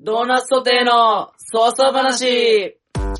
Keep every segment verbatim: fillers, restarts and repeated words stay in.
ドーナツソテーのそわそわ話。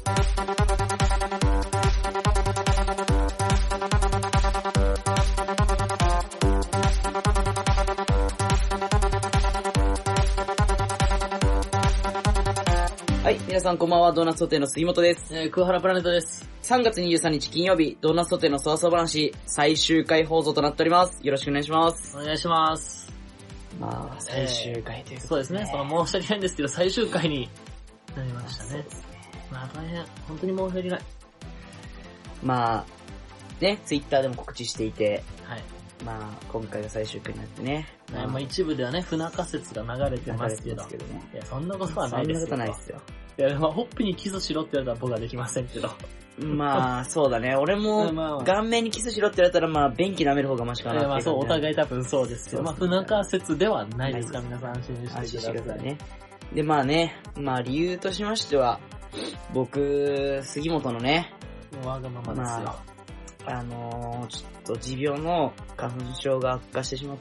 はい、皆さんこんばんは、ドーナツソテーの杉本です。 えー、桑原プラネットです。 さんがつにじゅうさんにち金曜日、ドーナツソテーのそわそわ話、最終回放送となっております。よろしくお願いします。 お願いします。 まあ、最終回ということで、ねえー、そうですね、その申し訳ないんですけど、最終回になりましたね。そうですね。まあ大変、本当に申し訳ない。 まあ、ね、ツイッターでも告知していて、 はい。 まあ、今回が最終回になってね。 まあ、まあ、一部ではね、不仲説が流れてますけど。 けどね、 いや、そんなことはないですよ。 そんなことないですよ。 いや、まあ、ほっぺにキスしろって言われたら僕はできませんけど。 まあ、そうだね。俺も、顔面にキスしろって言われたら、まあ、便器舐める方がマシかなって、ね。 まあ、そう、お互い多分そうですけど、まあ、不仲説ではないですから、皆さん安心してください。安心してくださいね。 で、まあね、まあ、理由としましては、僕、杉本のね、 もうわがままですよ。まあ、あのー、ちょっと持病の花粉症が悪化してしまって、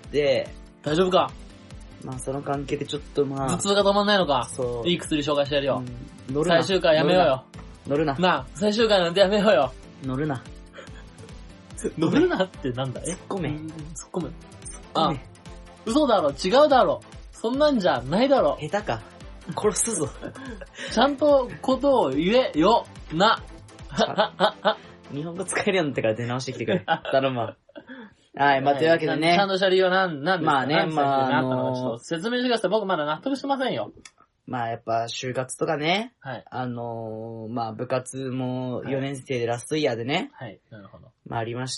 大丈夫か？ まあその関係でちょっとまあ。 頭痛が止まんないのか？ そう。 いい薬紹介してやるよ。 うん、乗るな。 最終回やめようよ。 乗るな。 なあ、最終回なんてやめようよ。 乗るな。 乗るなってなんだえ？ 突っ込め。突っ込め。あ、嘘だろ、違うだろ。そんなんじゃないだろ。 下手か。殺すぞ。 ちゃんとことを言えよ、な。 日本語使えるようになってから出直してきてくれ。頼むわ。はい、まあ、というわけでね。 ちゃんとした理由は何、何ですか？ まあね、まあ、あのー、説明してください。僕まだ納得してませんよ。 まあ、やっぱ、就活とかね。 はい。 あのー、まあ、部活もよねん生でラストイヤーでね。 はい、なるほど。 まあ、ありまして、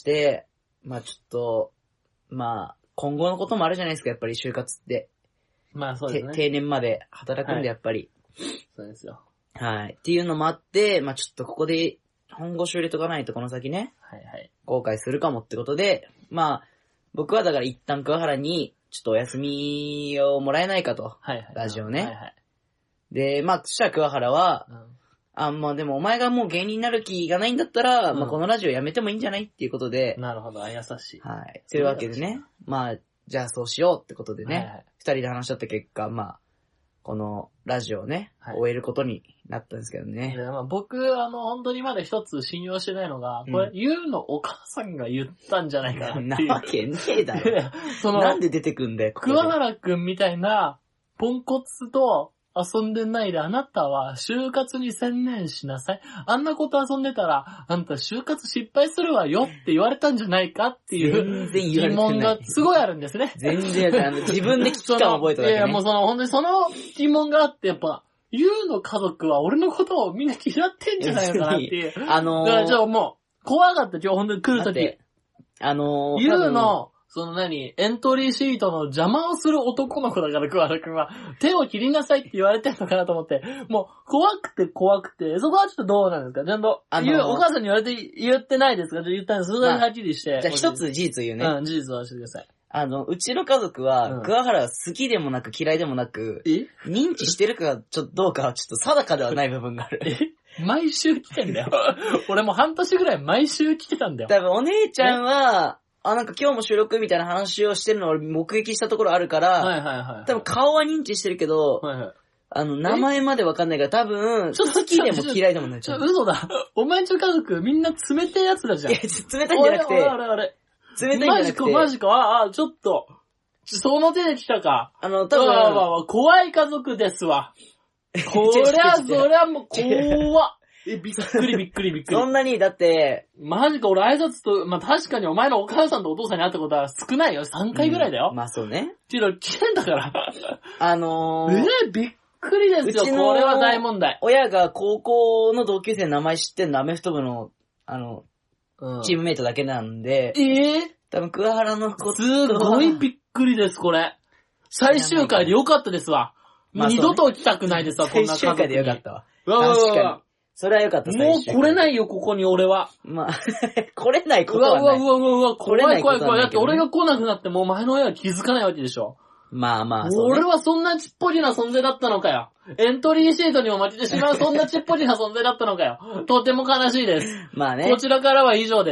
まあ、ちょっと、まあ、今後のこともあるじゃないですか、やっぱり就活って。 まあ、そうですね。 定年まで働くんで、やっぱり。 はい、そうですよ。 はい。っていうのもあって、まあ、ちょっとここで、本腰を入れとかないとこの先ね。 はいはい。 後悔するかもってことで、まあ、僕はだから一旦桑原に、ちょっとお休みをもらえないかと。 はいはい。 ラジオね。 はいはい。 で、まあ、そしたら桑原は、 うん、 あ、まあでもお前がもう芸人になる気がないんだったら、 うん、 まあこのラジオやめてもいいんじゃないっていうことで。 なるほど、優しい。 はい。というわけでね。まあ、じゃあそうしようってことでね。 はいはい、 二人で話し合った結果、まあ、このラジオをね、はい、終えることになったんですけどね。 まあ、僕、あの、本当にまだ一つ信用してないのが、これ、ゆうのお母さんが言ったんじゃないかなっていう。 なわけねえだろ。そのなんで出てくんだよ、ここで。 桑原くんみたいな、ポンコツと遊んでないで、あなたは就活に専念しなさい。あんなこと遊んでたら、あんた就活失敗するわよって言われたんじゃないかっていう疑問がすごいあるんですね。 全然あの自分で危機感覚えただけね。 いやいやもうその本当にその疑問があって、やっぱ、ゆうの家族は俺のことをみんな嫌ってんじゃないのかなっていう。 あのー、 だからちょ、もう、怖かった、今日本当に来るとき。 あのー、 ゆうの、その何、エントリーシートの邪魔をする男の子だから桑原くんは、手を切りなさいって言われてんのかなと思って、もう怖くて怖くて、そこはちょっとどうなんですかちゃんと、あのー、お母さんに言われて言ってないですか言ったんです。それだけはっきりして。まあ、 じゃあ一つ事実言うね。 うん、事実はしてください。 あの、うちの家族は、うん、桑原は好きでもなく嫌いでもなく、 え認知してるかちょっとどうかはちょっと定かではない部分がある。 え毎週来てんだよ。俺も半年ぐらい毎週来てたんだよ。 多分お姉ちゃんは、あ、なんか今日も収録みたいな話をしてるのを俺目撃したところあるから、 はいはいはい、はい。 多分顔は認知してるけど、 はいはい。 あの、名前までわかんないから多分、好きでも嫌いでもない。 ちょ、嘘だ。お前んちの家族みんな冷たいやつだじゃん。いや、 冷たいんじゃなくて、 あれあれ冷たいんじゃなくて。 マジかマジか、ああ、ちょっと。その手で来たか。 あの、多分、 わわわ怖い家族ですわ。こりゃ、そりゃもう、怖っ。え、びっくりびっくりびっくり。 そんなに、だって、 マジか、俺挨拶と、まあ、確かにお前のお母さんとお父さんに会ったことは少ないよ。さんかいぐらいだよ。 うん、まあそうね。 けど、来てんだから。 あのー、 えー、びっくりですよ。うちのこれは大問題。 親が高校の同級生の名前知ってんのアメフト部の、あの、うん、チームメイトだけなんで。 えぇ、ー、 多分、桑原のことすごいびっくりです、これ。最終回でよかったですわ。まあ、二度と来たくないですわ、こんな家族に。 最終回でよかったわ。 わわわ確かに。それはよかった、 もう来れないよ、ここに俺は。 まあ、来れないことはない。 うわうわうわうわ、怖い怖い怖い。だって俺が来なくなってもう前の親は気づかないわけでしょ。 まあまあ、 俺はそんなちっぽりな存在だったのかよ。エントリーシートにも負けてしまうそんなちっぽりな存在だったのかよ。とても悲しいです。 まあね。 こちらからは以上です。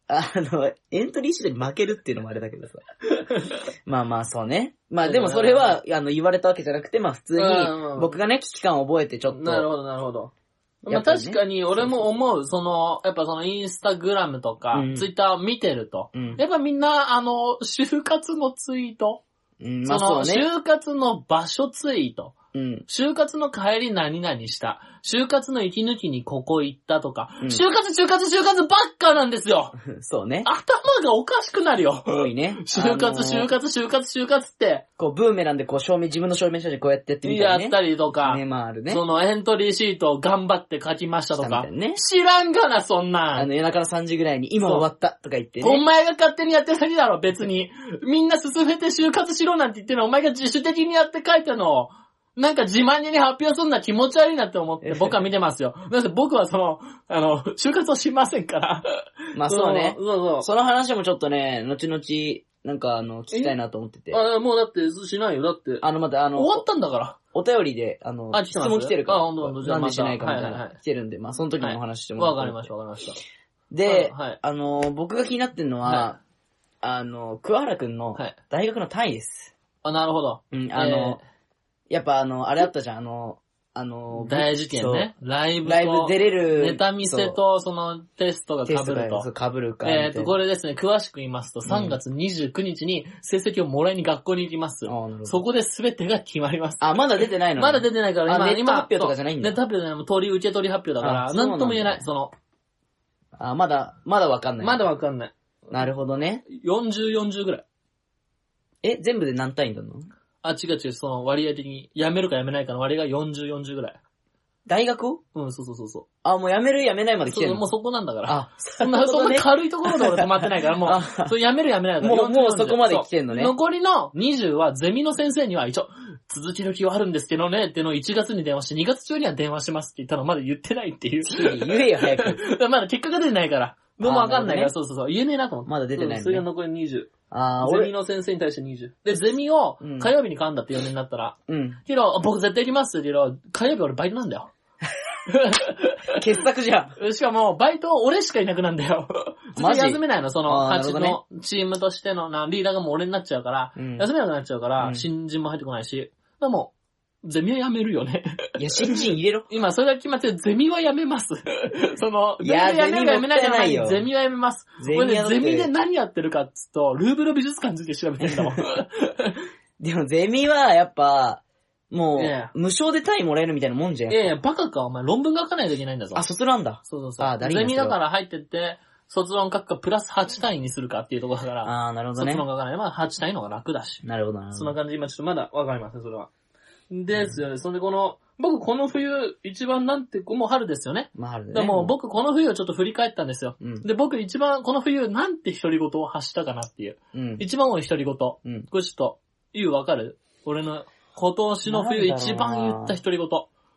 あの、エントリーシートに負けるっていうのもあれだけどさ。まあまあそうね。まあでもそれは、あの、言われたわけじゃなくて、まあ普通に、僕がね、危機感を覚えてちょっと。 なるほど、なるほど。まあ確かに俺も思う、その、やっぱそのインスタグラムとか、うん、ツイッター見てると、うん、やっぱみんな、あの、就活のツイート、うん、まあそうね、その、就活の場所ツイート、うん、就活の帰り何々した。就活の息抜きにここ行ったとか。うん、就活、就活、就活ばっかなんですよ。 そうね。 頭がおかしくなるよ。 多いね。 就活、就活、就活、就活って。 こう、ブーメランでこう、証明、自分の証明書でこうやってやってみたりね。 やったりとか。 ね、まああるね。 そのエントリーシートを頑張って書きましたとか。ね、知らんがな、そんなん。 あの、夜中のさんじぐらいに今終わったとか言ってね。 お前が勝手にやってるだけだろ、別に。みんな進めて就活しろなんて言ってるのお前が自主的にやって書いたのを。なんか自慢に発表するのは気持ち悪いなって思って僕は見てますよ。だって僕はその、あの、就活をしませんから。 まあそうね。 そうそう。 その話もちょっとね、後々、なんかあの、聞きたいなと思ってて。 あ、もうだってしないよ。だって。 あの、またあの、 終わったんだから。 お便りで、あの、 あ、 質問来てるから。 あ、ほんとほんと。 じゃあなんでしないかみたいな。来てるんで、まあその時にお話してもらって。 わかりました、わかりました。 で、あの、僕が気になってるのは、あの、桑原くんの大学の単位です。 あ、なるほど。 うん、あの、やっぱあの、あれあったじゃん、あの、あの、 大事件ね。ライブと、 ライブ出れる。 ネタ見せと、そのテストが被ると。 そう、被るか。 えっと、これですね、詳しく言いますと、さんがつにじゅうくにちに成績をもらいに学校に行きます。そこで全てが決まります。 あ、まだ出てないの？ まだ出てないから、今、 ネット発表とかじゃないんだ。 ネット発表じゃない、取り、受け取り発表だから、なんとも言えない、その。 あ、まだ、まだわかんない。 まだわかんない。 なるほどね。 よんじゅう、よんじゅうぐらい。 え、全部で何単位だの？ あ、違う違う、その割合的に、辞めるか辞めないかの割合がよんじゅう、よんじゅうぐらい。 大学を？ うん、そうそうそうそう。 あ、もう辞める辞めないまで来てるの？ そう、もうそこなんだから。 あ、 そんな、そんな軽いところで俺止まってないから、もう、そう辞める辞めないから。 もう、もうそこまで来てんのね。 残りのにじゅうはゼミの先生には一応、続きの気はあるんですけどね、っていうのをいちがつに電話して、にがつ中には電話しますって言ったのまだ言ってないっていう。 言えよ、早く。 まだ結果が出てないから。どうもわかんないから、そうそうそう。言えねえなと思って。 まだ出てないのね。 それが残りにじゅう。 ああ、 ゼミの先生に対してにじゅう。で、ゼミを火曜日に噛んだってよねんになったら。 うん。 けど、僕絶対行きますって言うけど、火曜日俺バイトなんだよ。 傑作じゃん。しかも、バイト俺しかいなくなんだよ。マジ休めないの、その、勝ちのチームとしてのな、リーダーがもう俺になっちゃうから、うん、休めなくなっちゃうから、うん、新人も入ってこないし。でも、ゼミはやめるよね。 いや、新人入れろ。 今、それが決まってゼミはやめます。その、 いや、 ゼミはやめないじゃないよ。ゼミはやめます。 ゼミは、ね、ゼミで何やってるかっつうと、ルーブル美術館について調べてんだもん。 でも、ゼミは、やっぱ、もう、無償で単位もらえるみたいなもんじゃん。 いやいや、バカか、お前、論文書かないといけないんだぞ。 あ、卒なんだ。 そうそうそう。あ、ゼミだから入ってって、卒論書くか、プラスはち単位にするかっていうところだから。 ああ、なるほどね。 卒論書かない。まあ、はち単位の方が楽だし。 なるほどなるほど。 そんな感じ、今ちょっとまだわかりません、それは。ですよね。うん、そんでこの、僕この冬、一番なんて、もう春ですよね。 まあ春でね。 でも僕この冬をちょっと振り返ったんですよ。うん、で、僕一番この冬なんて独り言を発したかなっていう。うん、一番多い独り言。うん、これちょっと、言うわかる？俺の今年の冬一番言った独り言。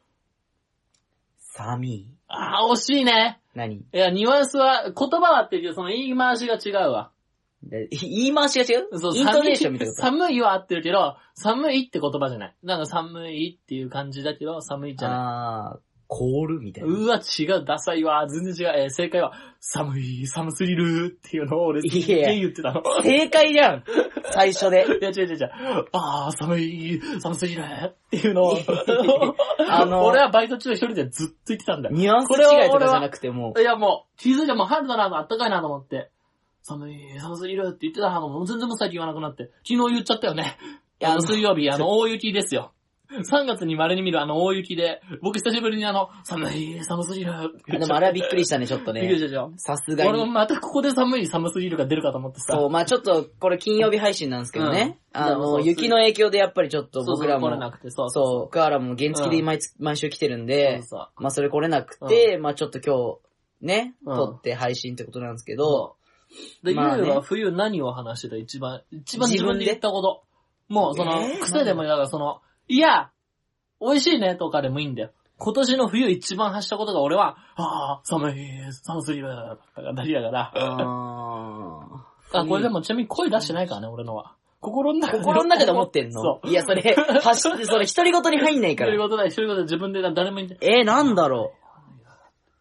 寒い。 ああ、惜しいね。 何？ いや、ニュアンスは、言葉はっていうその言い回しが違うわ。 言い回しが違う？そう、イントネーションみたいなこと。 寒いは合ってるけど、寒いって言葉じゃない。なんか寒いっていう感じだけど、寒いじゃない。 あー、凍るみたいな。 うわ、違う、ダサいわ。全然違う。えー、正解は、寒い、寒すぎるっていうのを俺、すげえ言ってたの。 正解じゃん最初で。 いや、違う違う違う。あー、寒い、寒すぎるっていうのを。あの、俺はバイト中一人でずっと言ってたんだよ。 ニュアンス違いとかじゃなくても。 いや、もう、気づいてもう春だな、あったかいなと思って。寒い、寒すぎるって言ってたのも全然もう最近言わなくなって。昨日言っちゃったよね。あの、水曜日、あの、大雪ですよ。さんがつに稀に見るあの大雪で、僕久しぶりにあの、寒い、寒すぎる。 でもあれはびっくりしたね、ちょっとね。 びっくりしたじゃん。 さすがに。 俺もまたここで寒い、寒すぎるが出るかと思ってさ。 そう、まあちょっと、これ金曜日配信なんですけどね。うん、あの、雪の影響でやっぱりちょっと僕らも。 そうそう来れなくて、そうそう。そう、桑原も原付で毎、うん、毎週来てるんで、そうそうまあそれ来れなくて、うん、まあちょっと今日、ね、撮って配信ってことなんですけど、 で、ゆうは冬何を話してた一番、一番自分で言ったこと。もう、その、癖でもいいだからその、いや、美味しいねとかでもいいんだよ。今年の冬一番発したことが俺は、ああ、寒い、寒すぎる、とか何だから。ああ、これでもちなみに声出してないからね、俺のは。心の中で。 心の中で思ってんの？そう。いや、それ、走って、それ独り言に入んないから。 独り言だよ、独り言だよ、自分で誰も言って。 えー、なんだろう。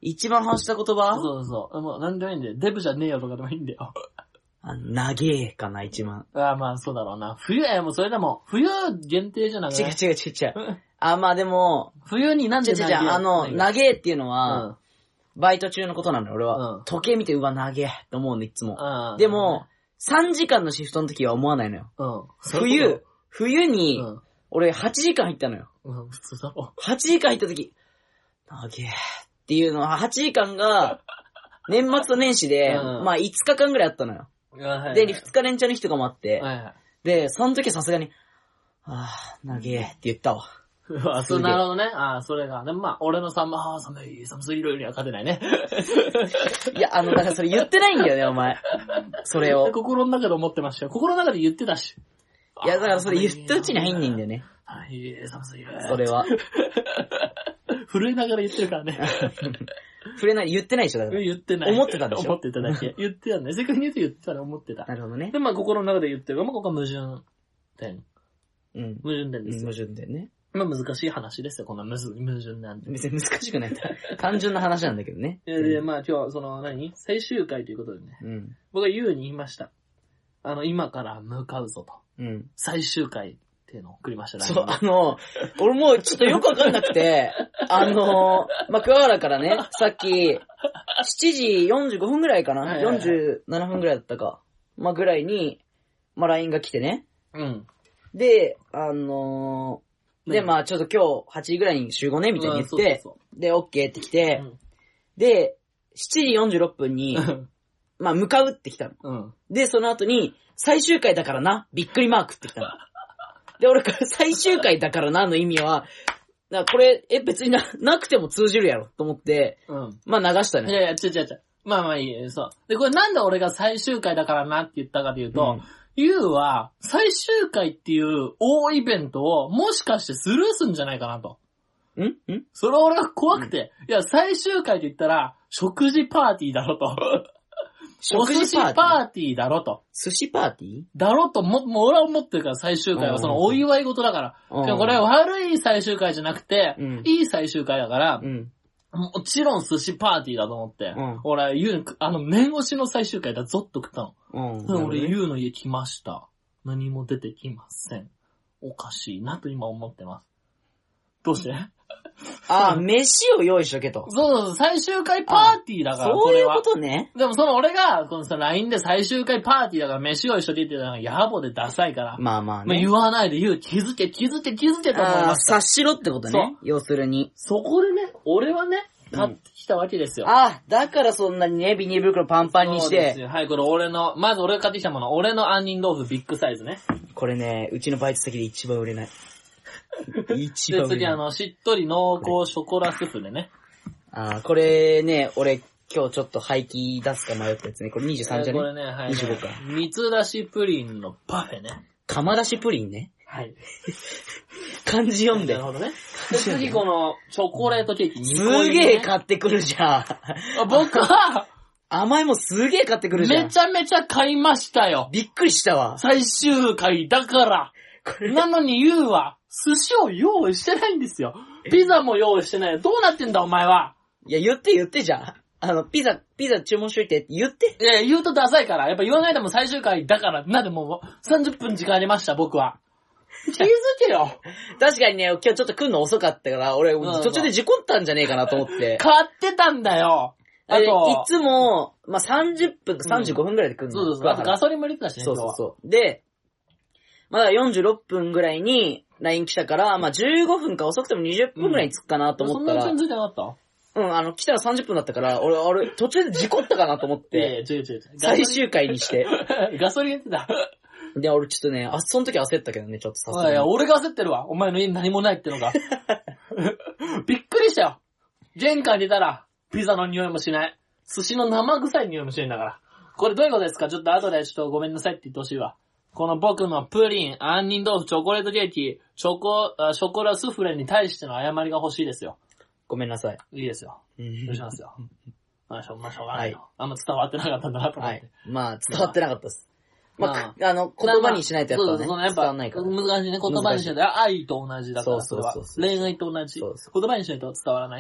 一番発した言葉そうそう。もうなんでもいいんだよ。デブじゃねえよとかでもいいんだよ。 あ、長えかな、一番。 ああ、まあそうだろうな。冬や、もうそれでも、冬限定じゃなくて。 違う違う違う違う。あ、まあでも、 冬になんで長え。 違う違う、あの、長えっていうのは、 うん、 バイト中のことなんだよ、俺は。うん、時計見て、うわ、長えって思うの、いつも。うん、でも、さんじかんのシフトの時は思わないのよ。うん、冬、冬に、うん、俺はちじかん入ったのよ。 うん、普通だろ。 はちじかん入った時、長えっていうのは、はちじかんが、年末と年始で、うん、まあいつかかんぐらいあったのよ。はいはいはい、で、ふつか連チャンの日とかもあって、はいはい、で、その時はさすがに、あー、長えって言ったわ。 あ、そう、なるほどね。ああ、それが。でもまあ、俺のさん、ああ、寒い、寒すぎるよりは勝てないね。 いや、あの、だからそれ言ってないんだよね、お前。それを。 心の中で思ってましたよ。心の中で言ってたし。 いや、だからそれ言ったうちに入んねんだよね。 はい、寒すぎる。 それは。 震えながら言ってるからね。 震えない、言ってないでしょ、だから。 言ってない。 思ってたでしょ。 思ってただけ。言ってたね。せっかく言うと言ってたら思ってた。 なるほどね。 で、まあ、心の中で言ってる。まあ、ここは矛盾点。うん。矛盾点です。 矛盾点ね。 まあ難しい話ですよ、こんな矛盾なんて。 別に難しくない。単純な話なんだけどね。 で、でまあ今日はその何最終回ということでね。うん、僕はユウに言いました。あの、今から向かうぞと。うん、最終回っていうのを送りましたね。 そう、あの、俺もうちょっとよくわかんなくて、あの、まあ、桑原からね、さっき、しちじよんじゅうごふんぐらいかな、はいはいはい、よんじゅうななふんぐらいだったか。まあ、ぐらいに、まあ、ライン が来てね。うん。で、あのー、で、まあちょっと今日はちじぐらいに集合ね、みたいに言って、そうそうそう、で、OK って来て、うん、で、しちじよんじゅうろっぷんに、まあ向かうって来たの、うん。で、その後に、最終回だからな、びっくりマークって来たの。で、俺から最終回だからなの意味は、なこれ、え、別にな、なくても通じるやろ、と思って、うん、まあ流したね。 いやいや、ちゃちゃちゃ。まあまあいい、そう。で、これなんで俺が最終回だからなって言ったかというと、うん、ユウは、最終回っていう大イベントを、もしかしてスルーすんじゃないかなと。 んんそれは俺が怖くて、うん、いや、最終回って言ったら、食事パーティーだろと。食事パーティーだろと。 寿司パーティーだろと、も、もう俺は思ってるから、最終回はそのお祝い事だから。でもこれは悪い最終回じゃなくて、うん、いい最終回だから、うん、もちろん寿司パーティーだと思って、うん、俺、ユウ、あの、面越しの最終回だ、ゾッと食ったの。うん、俺、ユウの家来ました。何も出てきません。おかしいなと今思ってます。どうしてああ、飯を用意しとけと。 そうそうそう、最終回パーティーだから、これは。 そういうことね。 でもその俺が、このさ、ライン で最終回パーティーだから飯用意しとけって言うのが野暮でダサいから。 まあまあね。 まあ、言わないで言う、気づけ、気づけ、気づけと思いました。 察しろってことね。要するに。 そこでね、俺はね、買ってきたわけですよ。 うん、あ、だからそんなにね、ビニール袋パンパンにして。そうですよ。はい、これ俺の、まず俺が買ってきたもの、俺の杏仁豆腐ビッグサイズね。 これね、うちのバイト先で一番売れない。一番売れない。 で、次あの、しっとり濃厚ショコラスフレね。 あー、これね、俺今日ちょっと廃棄出すか迷ったやつね。これにじゅうさんじゃね、 これね、はい、はい。 にじゅうごか。 蜜出しプリンのパフェね。 釜出しプリンね。 はい。 漢字読んで。 なるほどね。で、次この、チョコレートケーキにこ入り、ね。すげえ買ってくるじゃん。 僕は、 甘いもんすげえ買ってくるじゃん。 めちゃめちゃ買いましたよ。 びっくりしたわ。 最終回だから。なのにユウは、寿司を用意してないんですよ。ピザも用意してないよ。どうなってんだお前は。 いや、言って言ってじゃん。あの、ピザ、ピザ注文しといてって言って。 いや、言うとダサいから。やっぱ言わないでも最終回だから。なんでもうさんじゅっぷん時間ありました、僕は。気づけよ。 確かにね、今日ちょっと来るの遅かったから、俺、途中で事故ったんじゃねえかなと思って。 買ってたんだよ。 あと、いつも、まあ、さんじゅっぷんかさんじゅうごふんぐらいで来るの、 うん。そうそうそう。あとガソリンも入れてたしね。 そうそうそう。で、まだよんじゅうろっぷんぐらいに ライン 来たから、まあ、じゅうごふんか遅くてもにじゅっぷんぐらいに着くかなと思ったら。 うん、そんなについてなかったうん、あの、来たらさんじゅっぷんだったから、俺、俺、途中で事故ったかなと思って。 いやいや、違う違う違う。 最終回にして。 ガソリン入れてた。 で、俺ちょっとね、あ、その時焦ったけどね、ちょっとさすがに。 いや、俺が焦ってるわ。お前の家に何もないってのが。びっくりしたよ。玄関に出たら、ピザの匂いもしない。寿司の生臭い匂いもしないんだから。これどういうことですか？ちょっと後でちょっとごめんなさいって言ってほしいわ。この僕のプリン、杏仁豆腐、チョコレートケーキ、チョコ、ショコラスフレに対しての謝りが欲しいですよ。 ごめんなさい。 いいですよ。どうしますよ。まあしょうがないよ。はい、あんま伝わってなかったんだなと思って。はい、 まあ伝わってなかったです。まあ、まあ、あの、言葉にしないとやっぱね、まあ、そうそう、伝わんないから。 難しいね。言葉にしないと、愛と同じだから。 そうそうそうそう。 恋愛と同じ。そうそう。言葉にしないと伝わらない。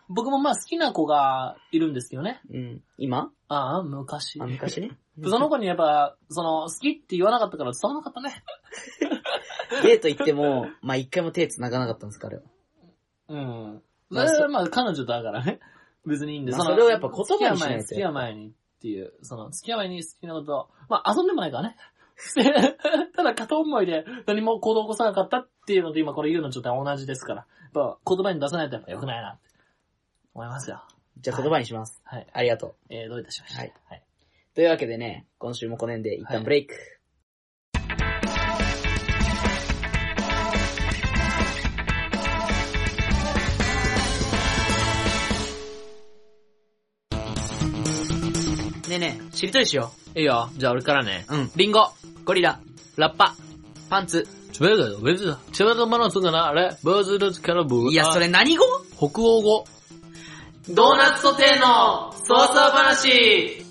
僕もまあ好きな子がいるんですよね。 うん。今ああ、昔。 あ、昔ね。 その子にやっぱ、その、好きって言わなかったから伝わらなかったね。 デート行っても、まあ一回も手繋がなかったんですか、あれは。 うん。まあ、まあ、彼女だからね。別にいいんで、 まあ、それをやっぱ言葉にしないと。 付き合う前にっていう、その、付き合う前に好きなこと、まあ遊んでもないからね。ただ片思いで何も行動を起こさなかったっていうのと今これ言うのちょっと同じですから。やっぱ言葉に出さないとやっぱ良くないなって思いますよ。 じゃあ言葉にします。 はい。 ありがとう。 えー、どういたしました。はい。はい、 というわけでね、今週もこの辺で一旦ブレイク。はい、ねえねえ、しりとりしよう。いいよ。じゃあ俺からね。 うん。 リンゴ、 ゴリラ、 ラッパ、 パンツ。 違うよ、別だ。違うものするかなあれブーズルツカラブー。 いや、それ何語？ 北欧語。 ドーナツソテーのソースー話。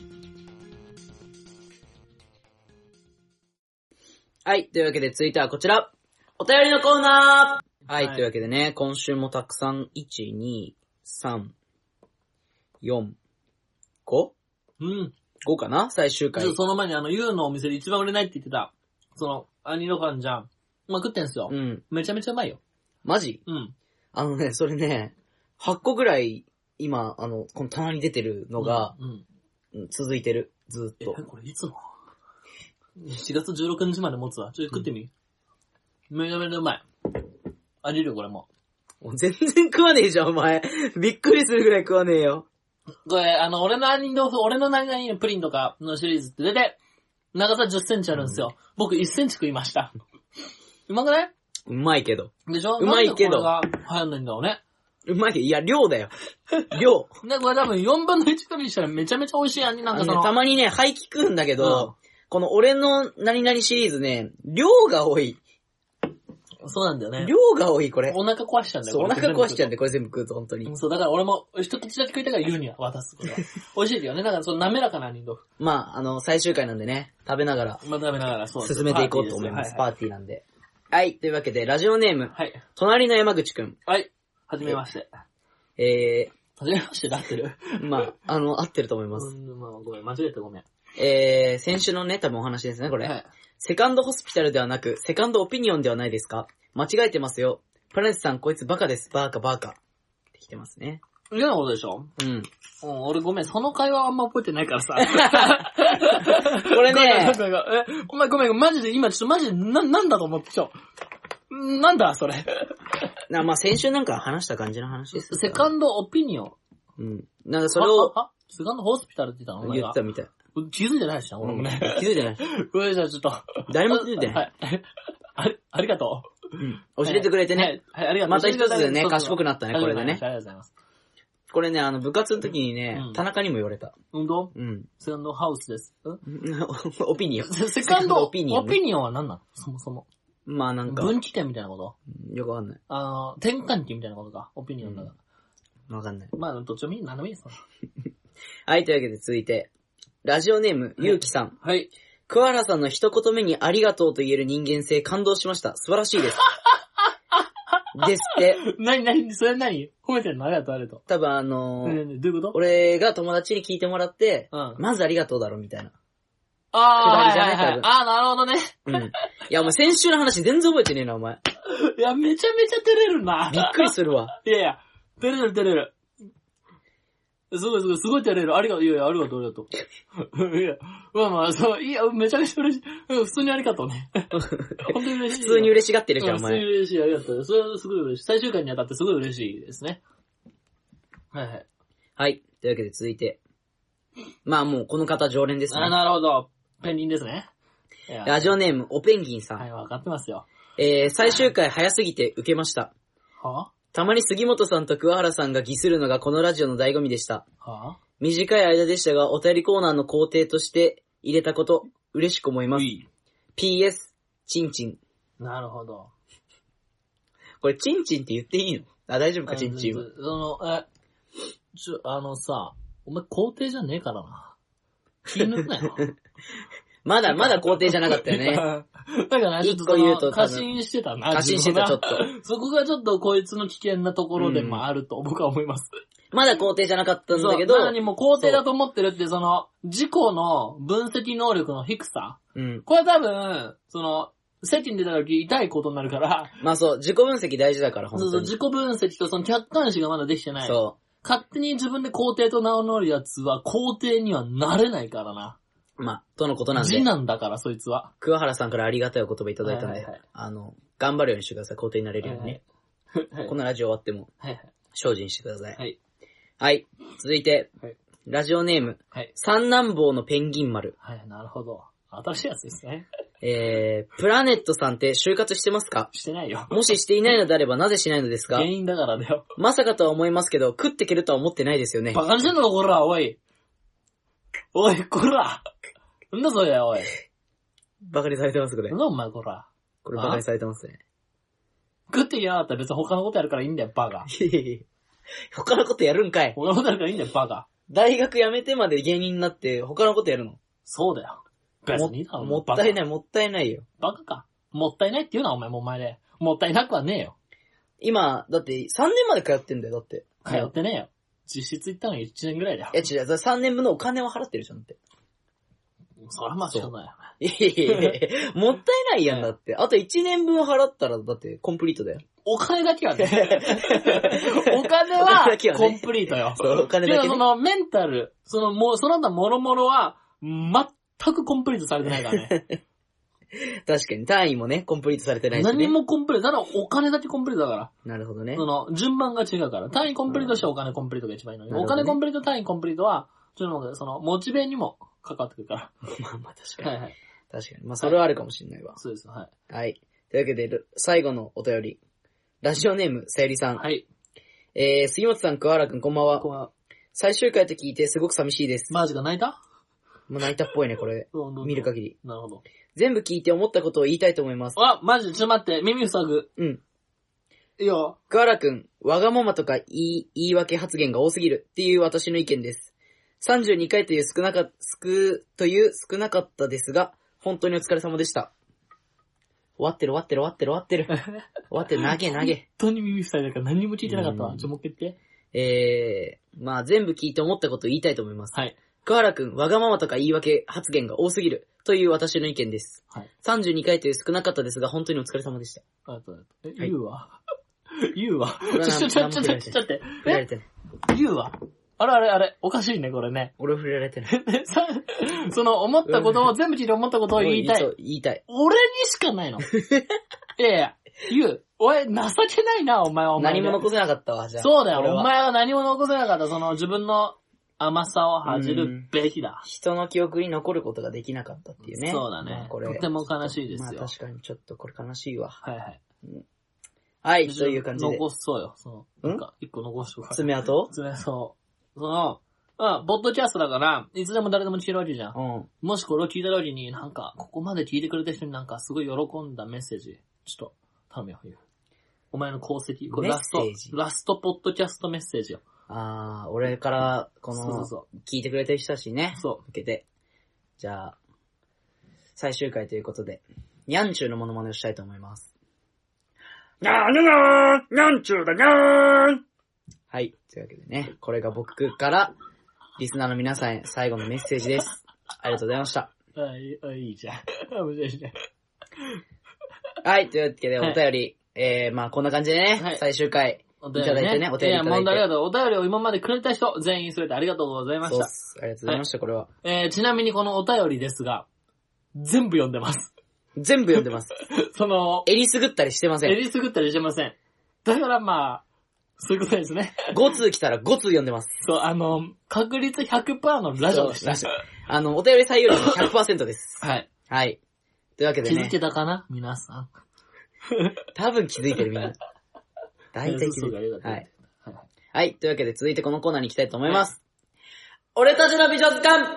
はい、というわけで続いてはこちら。お便りのコーナー。はい、はい、というわけでね、今週もたくさん、いち、に、さん、よん、ご? うん。 ごかな最終回。 その前にあの、ユーのお店で一番売れないって言ってた、その、アニロカンじゃん。まあ、食ってんすよ。 うん。 めちゃめちゃうまいよ。 マジ？ うん。 あのね、それね、はっこぐらい、今、あの、この棚に出てるのが、うんうん、続いてる。ずっと。 え、これいつの ?しがつじゅうろくにちまで持つわ。ちょっと食ってみ。うん、めちゃめちゃうまい。ありるよ、これも。 全然食わねえじゃん、お前。びっくりするぐらい食わねえよ。 これ、あの、俺の杏仁豆腐、俺の何々のプリンとかのシリーズって出て、長さじゅっセンチあるんですよ。うん、僕いっセンチ食いました。うまくない？ うまいけど。 でしょ？ うまいけど。 なんでこれが流行んないんだろうね。 うまいけど、いや、量だよ。量。 ね、これ多分よんぶんのいちくらいしたらめちゃめちゃ美味しい杏仁なんかその、 ね、たまにね、廃棄食うんだけど、うん、この俺の何々シリーズね、量が多い。 そうなんだよね。 量が多い、これ。 お腹壊しちゃうんだよ。 そう、お腹壊しちゃうんで、これ全部食うと、本当に。 そう、だから俺も一口だけ食いたから言うには渡す。美味しいよね。だからその滑らかな杏仁豆腐。 まあ、あの、最終回なんでね、食べながら。 まあ食べながら、そう。 進めていこうと思います。パーティーなんで。はい、というわけで、ラジオネーム。 はい。 隣の山口くん。 はい。はじめまして。 えー。はじめましてで合ってる？ まあ、あの、合ってると思います。 うん、まあ、ごめん、間違えたごめん。 えー、先週のね、多分お話ですね、これ。はい。セカンドホスピタルではなく、セカンドオピニオンではないですか？間違えてますよ。プラネスさん、こいつバカです。バーカバーカ。って来てますね。 嫌なことでしょ？うん。うん、俺ごめん、その会話あんま覚えてないからさ。 これね。 ごめんごめん。え、お前ごめん、マジで今ちょっとマジで、な、なんだと思ってちょ。なんだそれ。 な、まあ、先週なんか話した感じの話です。 セカンドオピニオン。 うん。なんかそれを。 はセカンドホスピタルって言ったの？ 言ってたみたい。 気づいてないしな、俺もね。 気づいてない。 ごめんなさい、ちょっと。 誰も気づいてない。 はい。あり、ありがとう。うん。教えてくれてね。 はい、はい、ありがとう。 また一つね、賢くなったね、これでね。 ありがとうございます。 これね、あの、部活の時にね、田中にも言われた。 本当？ うん。 セカンドハウスです。 オピニオン。 セカンドオピニオン。オピニオンは何なの？そもそも。 まあなんか。 分岐点みたいなこと？ よくわかんない。 あの、転換期みたいなことか。オピニオンだから。 わかんない。 まあ、どっちもいい、何でもいいです。 はい、というわけで続いて。ラジオネーム、ゆうきさん。 はい。 桑原さんの一言目にありがとうと言える人間性感動しました。素晴らしいです。ですって。 なになにそれ何褒めてんの？ありがとうありがとう。 多分あのー、 ねねどういうこと？ 俺が友達に聞いてもらって、 うん、 まずありがとうだろみたいな。 ああ、はいはいはい。ああ、なるほどね。 うん。いや、お前先週の話全然覚えてねえな、お前。 いや、めちゃめちゃ照れるな。 びっくりするわ。 いやいや、照れる照れる。すごいすごい、すごい照れる。ありがとう、いやいや、ありがとう、ありがとう。いや、まあまあ、そう、いや、めちゃめちゃ嬉しい。普通にありがとうね。本当に嬉しい。 普通に嬉しがってるじゃん、お前。 普通に嬉しい、ありがとう。それはすごい嬉しい。最終回にあたってすごい嬉しいですね。はいはい。 はい。というわけで続いて。まあもうこの方常連ですね。 あ、なるほど。ペンギンですね。 ラジオネーム、おペンギンさん。 はい、わかってますよ。 えー、最終回早すぎて受けました。 はぁ？ たまに杉本さんと桑原さんがギスるのがこのラジオの醍醐味でした。 はぁ？ 短い間でしたが、お便りコーナーの工程として入れたこと、嬉しく思います。ピーエス、チンチン。 なるほど。 これ、チンチンって言っていいの？あ、大丈夫か、チンチンは。 その、え、ちょ、あのさ、お前工程じゃねえからな。気抜くなよ。 まだ、まだ肯定じゃなかったよね。 だからな、ちょっと一個言うと過信してたな。 過信してた、ちょっと。 そこがちょっとこいつの危険なところでもあると僕は思います。 まだ肯定じゃなかったんだけど。 そう、何も肯定だと思ってるって、その、自己の分析能力の低さ。 うん。 これは多分、その、席に出た時痛いことになるから。 まあそう、自己分析大事だから、本当に。 そうそう、自己分析とその客観視がまだできてない。 そう。 勝手に自分で肯定と名乗るやつは肯定にはなれないからな。 まあ、とのことなんで。 次男だから、そいつは。 桑原さんからありがたいお言葉いただいたんで、はいはいはい、あの、頑張るようにしてください、肯定になれるようにね。はいはい、このラジオ終わっても、はいはい、精進してください。はい。はい。続いて、はい、ラジオネーム、はい、三男坊のペンギン丸。 はい、なるほど。新しいやつですね。 えー、プラネットさんって就活してますか？ してないよ。 もししていないのであればなぜしないのですか？ 原因だからだよ。 まさかとは思いますけど、食っていけるとは思ってないですよね。 バカにしてんのか、こら、おい。おい、こら。なんだそれ、おい。 バカにされてます、これ。 なんだお前、こら。 これバカにされてますね。 食っていけなかったら別に他のことやるからいいんだよ、バカ。 他のことやるんかい。 他のことやるからいいんだよ、バカ。 大学辞めてまで芸人になって他のことやるの？ そうだよ。別にだろ。 もったいない、もったいないよ。 バカか。もったいないって言うな、お前もお前で。もったいなくはねえよ。 今、だってさんねんまで通ってんだよ、だって。 通ってねえよ。実質行ったのいちねんぐらいだよ。 いや違う、さんねんぶんのお金は払ってるじゃんって。 そらまあしょうがないよ。 いやいやいやもったいないやんだって。あといちねんぶん払ったらだってコンプリートだよ。 お金だけはね。お金はコンプリートよ。 そう、お金だけ、ね。 そのメンタル、そのもう、その他もろもろは、全くコンプリートされてないからね。 確かに、単位もね、コンプリートされてないし、ね。 何もコンプリート。ただお金だけコンプリートだから。 なるほどね。 その、順番が違うから。単位コンプリートしてお金コンプリートが一番いいのに。ね、お金コンプリート、単位コンプリートは、ちょっとその、モチベにも関わってくるから。 まあまあ確かに。はいはい。確かに。まあそれはあるかもしれないわ。はい、 そうです、はい。 はい。というわけで、最後のお便り。ラジオネーム、さゆりさん。はい。えー、杉本さん、桑原くん、こんばんは。こんばんは。最終回と聞いてすごく寂しいです。 マジか、泣いた？ もう泣いたっぽいね、これ。見る限り。 なるほど。 全部聞いて思ったことを言いたいと思います。 あ、マジで、ちょっと待って、耳塞ぐ。うん。いいよ。 桑原くん、わがままとか言い、言い訳発言が多すぎるっていう私の意見です。さんじゅうにかいという少なか、少、という少なかったですが、本当にお疲れ様でした。終わってる終わってる終わってる終わってる。終わってる、投げ投げ。 本当に耳塞いだから何も聞いてなかったわ。ちょ、もう一回言って。 えー、まあ全部聞いて思ったことを言いたいと思います。はい。桑原くん、わがままとか言い訳発言が多すぎるという私の意見です。はい。さんじゅうにかいという少なかったですが、本当にお疲れ様でした。 あと、え、言うわ。言うわ。ちょ、ちょ、ちょ、ちょ、ちょ、ちょ、ちょ、って。 触れられてない。 言うわ。あれあれあれ、おかしいね、これね。 俺触れられてない。 その、思ったことを、全部聞いて思ったことを言いたい。そう、 言いたい。 俺にしかないの。いやいや、言う。おい、情けないな、お前はお前。 何も残せなかったわ、じゃあ。 そうだよ、お前は何も残せなかった。その、自分の甘さを恥じるべきだ。 人の記憶に残ることができなかったっていうね。 そうだね。まあ、これとても悲しいですよ。 まあ確かにちょっとこれ悲しいわ。 はいはい。うん、 はい、という感じで。 残そうよ、その、なんか、一個残しとか。 爪痕爪痕。その、うん、ポッドキャストだから、いつでも誰でも聞けるわけじゃん。うん。もしこれを聞いた時に、なんか、ここまで聞いてくれた人になんか、すごい喜んだメッセージ、ちょっと、頼むよ、言う。お前の功績、これラスト、ラストポッドキャストメッセージよ。あー、俺から、この、そうそうそう聞いてくれてる人たちにね、そう。受けて。じゃあ、最終回ということで、にゃんちゅうのモノマネをしたいと思います。にゃーにゃーにゃんちゅうだにゃーはい。というわけでね、これが僕から、リスナーの皆さんへ最後のメッセージです。ありがとうございました。 あ、いい、あいいじゃん。面白いじゃん。 はい、というわけでお便り、はい、えー、まあこんな感じでね、はい、最終回、いただいてね、お便りいただいて。いや、問題ありがとう。お便りを今までくれた人、全員すべてありがとうございました。そうです。ありがとうございました、はい、これは。えー、ちなみにこのお便りですが、全部読んでます。全部読んでます。その、えりすぐったりしてません。えりすぐったりしてません。だからまあ、そういうことですね。ご通来たらご通読んでます。そう、あの、確率 ひゃくパーセント のラジオでした。あの、お便り採用率 ひゃくパーセント です。はい。はい。というわけでね。気づけたかな皆さん。多分気づいてるみんな。大体気づいてる。はい。はい。というわけで続いてこのコーナーに行きたいと思います。はい、俺たちの美女図鑑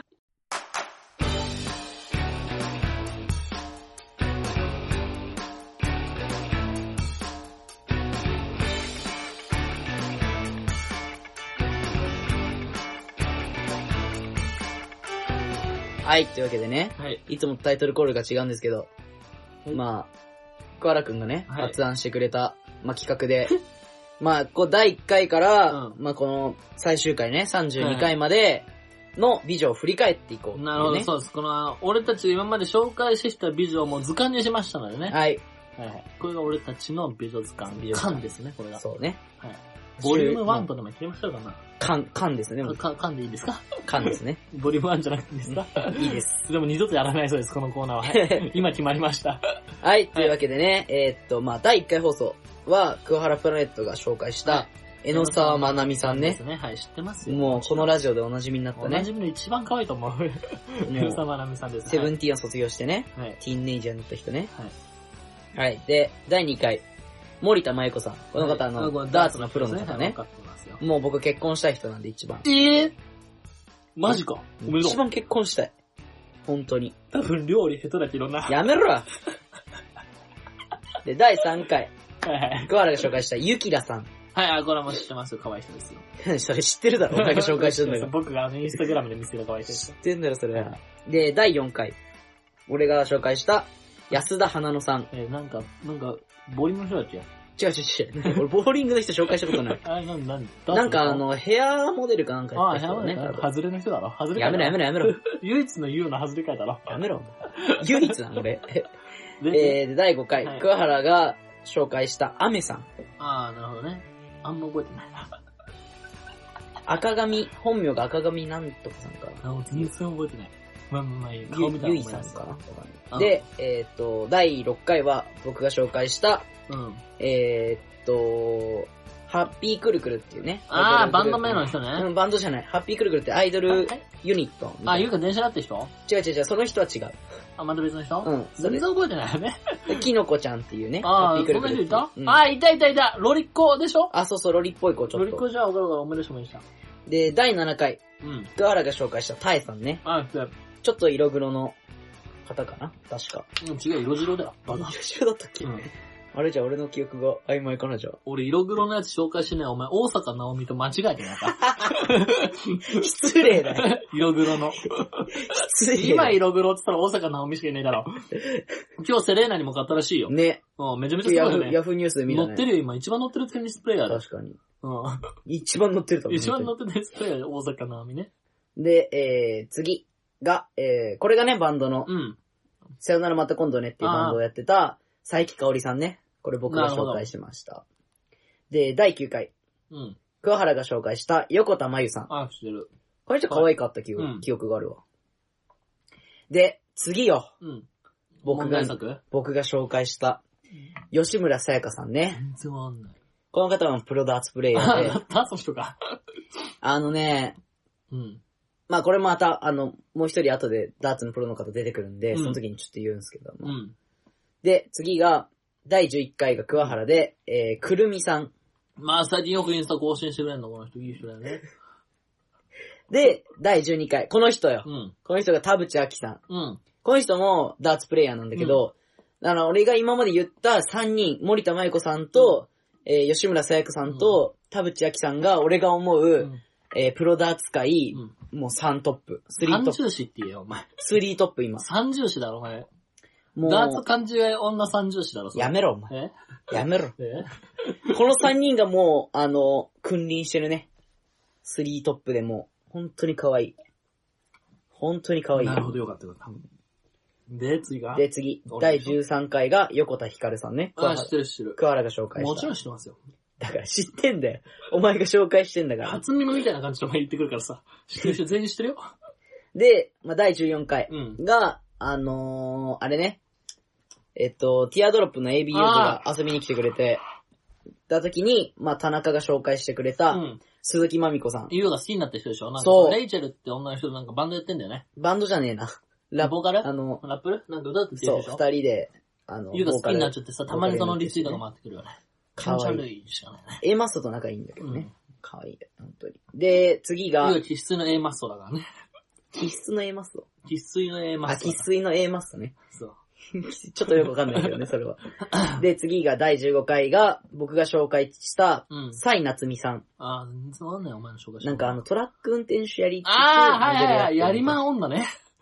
はい、というわけでね、 はい。 いつもタイトルコールが違うんですけど、 はいまあ、桑原くんがね、 はい発案してくれた、まあ企画で、まあ、こうだいいっかいから、 うんまあこの最終回ね、さんじゅうにかいまでの美女を振り返っていこう、ね。 なるほど、そうです。この、俺たちが今まで紹介してきた美女も図鑑にしましたのでね。 はい。 はいはい。これが俺たちの美女図鑑。 美女図鑑缶ですね、これが。 そうね。 はい。ボリュームワンとでも切りましょうかな。 缶、缶ですね。 か缶でいいですか？ 缶ですね。 ボリュームワンじゃなくていいですか？ いいです。 でも二度とやらないそうです、このコーナーは。はい、今決まりました。 はい、というわけでね、えー、っと、まあ、だいいっかい放送は、桑原プラネットが紹介した、はい江野沢まなみさんね。 ですね。はい、知ってますよ。 もう、このラジオでお馴染みになったね。 お馴染みの一番可愛いと思う。江野沢まなみさんです。 セブンティーンを卒業してね。 はい。 ティーンネイジャーになった人ね。 はい。 はい。で、だいにかい、森田真由子さん。この方、あの、ダーツのプロの方ね。もう僕結婚したい人なんで一番。 えぇ、ー、マジか。おめでとう。 一番結婚したい。本当に。 多分料理下手だけどな。 やめろよで、だいさんかい。 はいはい。 桑原が紹介したゆきらさん。 はい、あ、これも知ってますよ。可愛い人ですよ。 それ知ってるだろ、お前が紹介してるんだから。 僕があのインスタグラムで見せる可愛い人です。 知ってんだよ、それ。で、だいよんかい。俺が紹介した、安田花野さん。 えー、なんか、なんか、ボーリングの人だっけ？ 違う違う違う。俺、ボーリングの人紹介したことない。 あ、なん、なん、 なんかあの、ヘアモデルかなんかやってた人だね。 あ、ヘアモデルか。外れの人だろ。外れやめろやめろやめろ。 唯一の言うの外れかいだろ。 やめろ。唯一なの、俺。えー、だいごかい。はい、桑原が紹介した、アメさん。 あー、なるほどね。あんま覚えてないな。 赤髪、本名が赤髪なんとかさんかな。 あ、全然覚えてない。まあまあいい。 顔見たらゆいさんかな。で、えっと、だいろっかいは僕が紹介した、うん、えー、っと、ハッピークルクルっていうね。 あー、バンド名の人ね。 うん、バンドじゃない。ハッピークルクルってアイドルユニット。 あ、ゆうか電車だって人？ 違う違う違う、その人は違う。 あ、また別の人？ うん。 全然覚えてないよね。 キノコちゃんっていうね。 あー、そんな人いた？うん、あー、いたいたいた。ロリッコでしょ？ あ、そうそう、ロリっぽい子ちょっと。 ロリッコじゃあ、わかるわかる、おめでとうでした。 で、だいななかい。 うん。 桑原が紹介したタエさんね。 あ、そう。 ちょっと色黒の方かな確か。 うん、違う、色白だよ。 バカ。色白だったっけ？うん。あれじゃあ俺の記憶が曖昧かなじゃあ。 俺色黒のやつ紹介してない。お前、大阪直美と間違えてないか失礼だよ。 色黒の。失礼。今色黒って言ったら大阪直美しかいないだろ。今日セレーナにも買ったらしいよ。 ね。 うん、めちゃめちゃすごいよね。 ヤフーニュースで見たね。 乗ってるよ、今。一番乗ってるテニスプレイヤーだ。 確かに。 うん。 一番乗ってると思う。 一番乗ってるテニスプレイヤーで大阪直美ね。 で、えー、次が、えー、これがね、バンドの、 うん。 さよならまた今度ねっていうバンドをやってた、佐伯香織さんね。これ僕が紹介しました。で、だいきゅうかい。 うん。 桑原が紹介した横田真由さん。 あ、知ってる。 これちょっと可愛かった記憶、うん、記憶があるわ。で、次よ。 うん。 僕が、僕が紹介した、吉村さやかさんね。 全然わかんない。 この方はプロダーツプレイヤーで。 ダーツの人か。 あのね、 うん。 まあこれまた、あの、もう一人後でダーツのプロの方出てくるんで、うん、その時にちょっと言うんですけども。 うん。 で、次が、だいじゅういっかいが桑原で、えー、くるみさん。 まあ最近よくインスタ更新してくれんの、この人。いい人だよね。 で、だいじゅうにかい。この人よ。 うん。 この人が田淵あきさん。 うん。 この人もダーツプレイヤーなんだけど、うん、あの、俺が今まで言ったさんにん、森田真由子さんと、うん、えー、吉村さやかさんと、うん、田淵あきさんが、俺が思う、うん、えー、プロダーツ界、うん、もうさんトップ。さんトップ。 三重視って言えよ、お前。 さんトップ今。 三重視だろ、お前。もう。ダーツ勘違い女三重視だろ、それ。 やめろ、お前。 えやめろ。 えこのさんにんがもう、あの、君臨してるね。さんトップでもう、本当に可愛い。本当に可愛い。 なるほど、よかったよかった。で、次がで、次。だいじゅうさんかいが横田ひかるさんね。 あ、知ってる知ってる。 桑原が紹介した。 もちろん知ってますよ。 だから知ってんだよ。お前が紹介してんだから。 初耳みたいな感じでお前言ってくるからさ。知ってる人全員知ってるよ。 で、まあ、だいじゅうよんかいが、 うん、 あのー、あれね。えっと、ティアドロップの エービーユー が遊びに来てくれて、た時に、まあ、田中が紹介してくれた、うん、鈴木まみこさん。 ユウが好きになった人でしょ？なんかそう。 レイチェルって女の人なんかバンドやってんだよね。 バンドじゃねえな。 ラボーカル？ あの、 ラップルなんか歌って言ってるでしょ？ そう、二人で、あの、 ユウが好きになっちゃってさ、たまにそのリツイートが回ってくるよね。 かわいい。 気持ち悪いしかないね。 A マストと仲いいんだけどね。かわいい、本当に。で、次が、 ユウが生粋の A マストだからね。 生粋の A マスト？ 生粋の A マスト。 あ、生粋の A マストね。 そう。 ちょっとよくわかんないけどね、それは。で、次がだいじゅうごかいが、僕が紹介した、うん、サイナツミさん。 ああ、全然わかんないお前の紹介した。 なんかあの、トラック運転手やりつつ、 ああ、はいはいはい、やりまん女ね。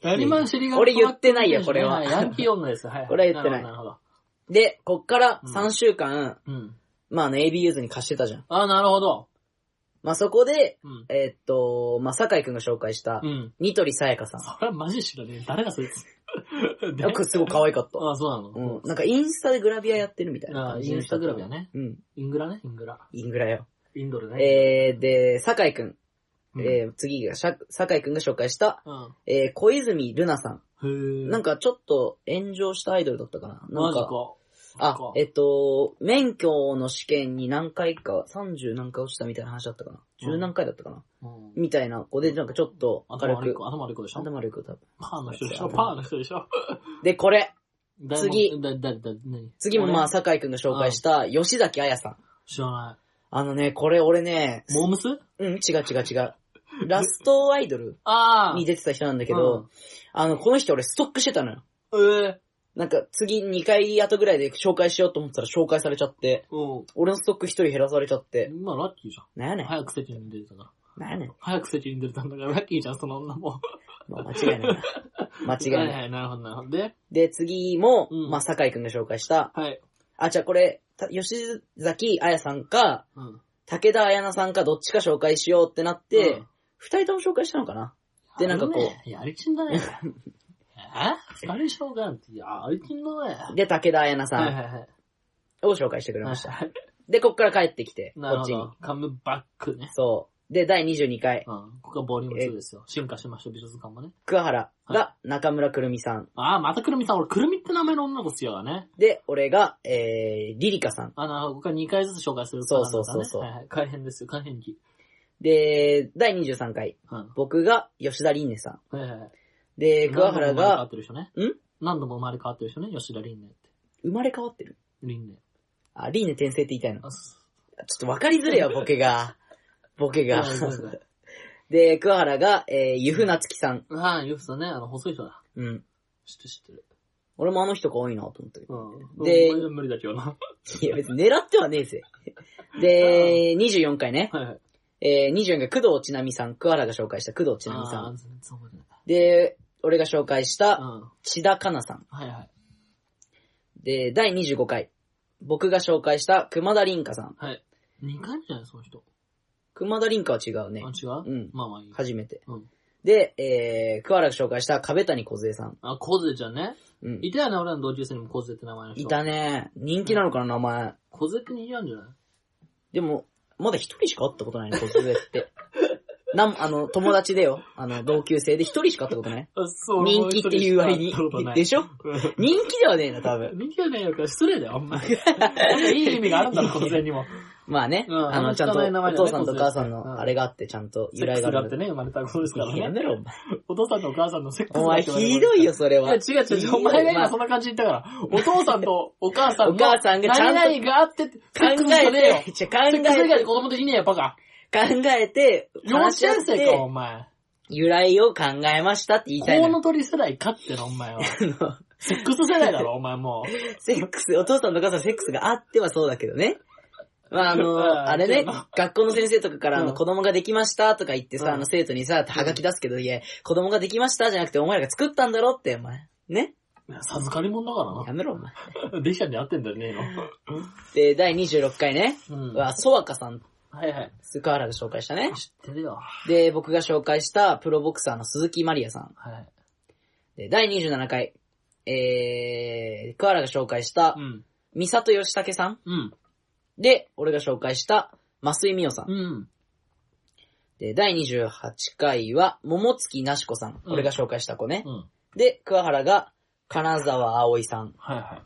ガリマン尻が俺言ってないよ、これは。 ヤンキー女です。はい。 これは言ってない。 なるほど。 で、こっからさんしゅうかん、 うん。 まああの エービー ユーズに貸してたじゃん。 あ、なるほど。 まあそこで、 うん。 えーっと、まあ酒井くんが紹介した、 うん。 ニトリさやかさん。 それはマジ知らねえ。誰がそいつ。 なんかすごい可愛かった。 あ、そうなの。 うん。なんかインスタでグラビアやってるみたいなあ、インスタグラビアね。 うん。 イングラね、イングラ。 イングラよ。 インドルね。 えー、で、酒井くん。 うん、 えー、次が、酒井くんが紹介した、 うん、 えー、小泉ルナさん。 へー。 なんかちょっと炎上したアイドルだったかな。なんか、 マジか。 あ、えっと、免許の試験に何回か、さんじゅう何回落ちたみたいな話だったかな。じゅう何回だったかな。うん、みたいな子で、なんかちょっと明るく。 頭悪い子でしょ頭悪い子多分。 パーの人でしょパーの人でしょで、これ。次。 だ、だ、だ、何次もまあ、酒井くんが紹介した、吉崎彩さん。 知らない。 あのね、これ俺ね、 モームス？ うん、違う違う違う。ラストアイドルに出てた人なんだけど、うん、あの、この人俺ストックしてたのよ。 えー、 なんか次にかい後ぐらいで紹介しようと思ったら紹介されちゃって、うん、俺のストックひとり減らされちゃって。 まあラッキーじゃん。 なんやねん。 早く席に出てたから。 なんやねん。 早く席に出てたんだからラッキーじゃん、その女も。 まあ間違いないな。間違いない。 はいはい、なるほどなるほど。で、 で、次も、うん、まあ、酒井くんが紹介した、 はい。 あ、じゃあこれ、吉崎彩さんか、うん、武田彩菜さんかどっちか紹介しようってなって、二、うん、人とも紹介したのかなで、なんかこう。 やりちんだね。え二人紹介なんて、やりちんだね。 で、武田彩菜さん。 はいはいはい。 を紹介してくれました。はいはい、で、こっから帰ってきて、こっちに。 カムバックね。 そう。で、だいにじゅうにかい。 うん。ここがボリュームツーですよ。進化しました、美術館もね。 桑原が中村くるみさん。 ああ、またくるみさん。俺、くるみって名前の女の子好きやからね。 で、俺が、えー、リリカさん。 あの、僕はにかいずつ紹介する、 ね。そうそうそうそう。 はいはい。改編ですよ、改編期。 で、だいにじゅうさんかい。うん、僕が吉田凛音さん。 はいはい。 で、桑原が。 何度も生まれ変わってる人ね。 ん何度も生まれ変わってる人ね、吉田凛音って。 生まれ変わってる凛音。 あ、凛音転生って言いたいの。ちょっとわかりづれよ、ボケが。ボケが。で、桑原が、えー、ゆふなつきさん。 はい、ゆふさんね、あの、細い人だ。 うん。 知ってる知ってる。 俺もあの人が多いなと思ったけど。 うん。 で、 無理だけどな。 いや、別に狙ってはねえぜ。で、にじゅうよんかいね。 はいはい。 えー、にじゅうよんかい、工藤ちなみさん。桑原が紹介した工藤ちなみさん。で、俺が紹介した、千田かなさん。 はいはい。 で、だいにじゅうごかい。僕が紹介した熊田凛香さん。 はい。にかい目じゃないその人。 熊田凛香は違うね。 あ、違ううん。 まあまあいい。 初めて。 うん。 で、えー、桑原が紹介した壁谷梢さん。 あ、梢ちゃんね。 うん。 いたよね、俺らの同級生にも梢って名前の人。 いたね。人気なのかな、名前。 梢って人気なんじゃないでも、まだ一人しか会ったことないね、梢って。なん、あの、友達でよ。あの、同級生で一人しか会ったことない。 あ、そう。 人気っていう割に。でしょ人気ではねえな、多分。 人気ではねえよ、失礼だよ、あんまり。いい意味があるんだろ、梢にも。 まあね、うん、あの、ちゃんと、お父さんとお母さんのあれがあって、ちゃんと由来がある。 セックスがあってね、生まれたことですからね。 やめろ、お前。 お父さんとお母さんのセックスがお前、ひどいよ、それは。 いや、違う違う、お前が今そんな感じで言ったから、お父さんとお母さんの、 お母さんがちゃんと、 何々があって、考えて、考えて、 セックス以外で子供できねえよ、バカ。 考えて、 幼稚園生か、お前。 由来を考えましたって言いたいの。 コウノトリ世代かっての、お前は。セックス世代だろ、お前もう。 セックス、お父さんとお母さんセックスがあってはそうだけどね。まあ、あの、あれね、学校の先生とかからあの子供ができましたとか言ってさ、あの生徒にさ、はがき出すけど、いや、子供ができましたじゃなくてお前らが作ったんだろって、お前。ね。 授かり物だからな。 やめろ、お前。 できたんで合ってんだよね、 今。で、だいにじゅうろっかいね。うん。は、ソワカさん。 はいはい。 菅原が紹介したね。 知ってるよ。 で、僕が紹介したプロボクサーの鈴木マリアさん。 はい。 で、だいにじゅうななかい。えー、桑原が紹介した、うん。三里義武さん。 うん。 で、俺が紹介した、増井美代さん。 うん。 で、だいにじゅうはちかいは、桃月なしこさん。うん、俺が紹介した子ね。 うん。 で、桑原が、金沢葵さん。 はいはい。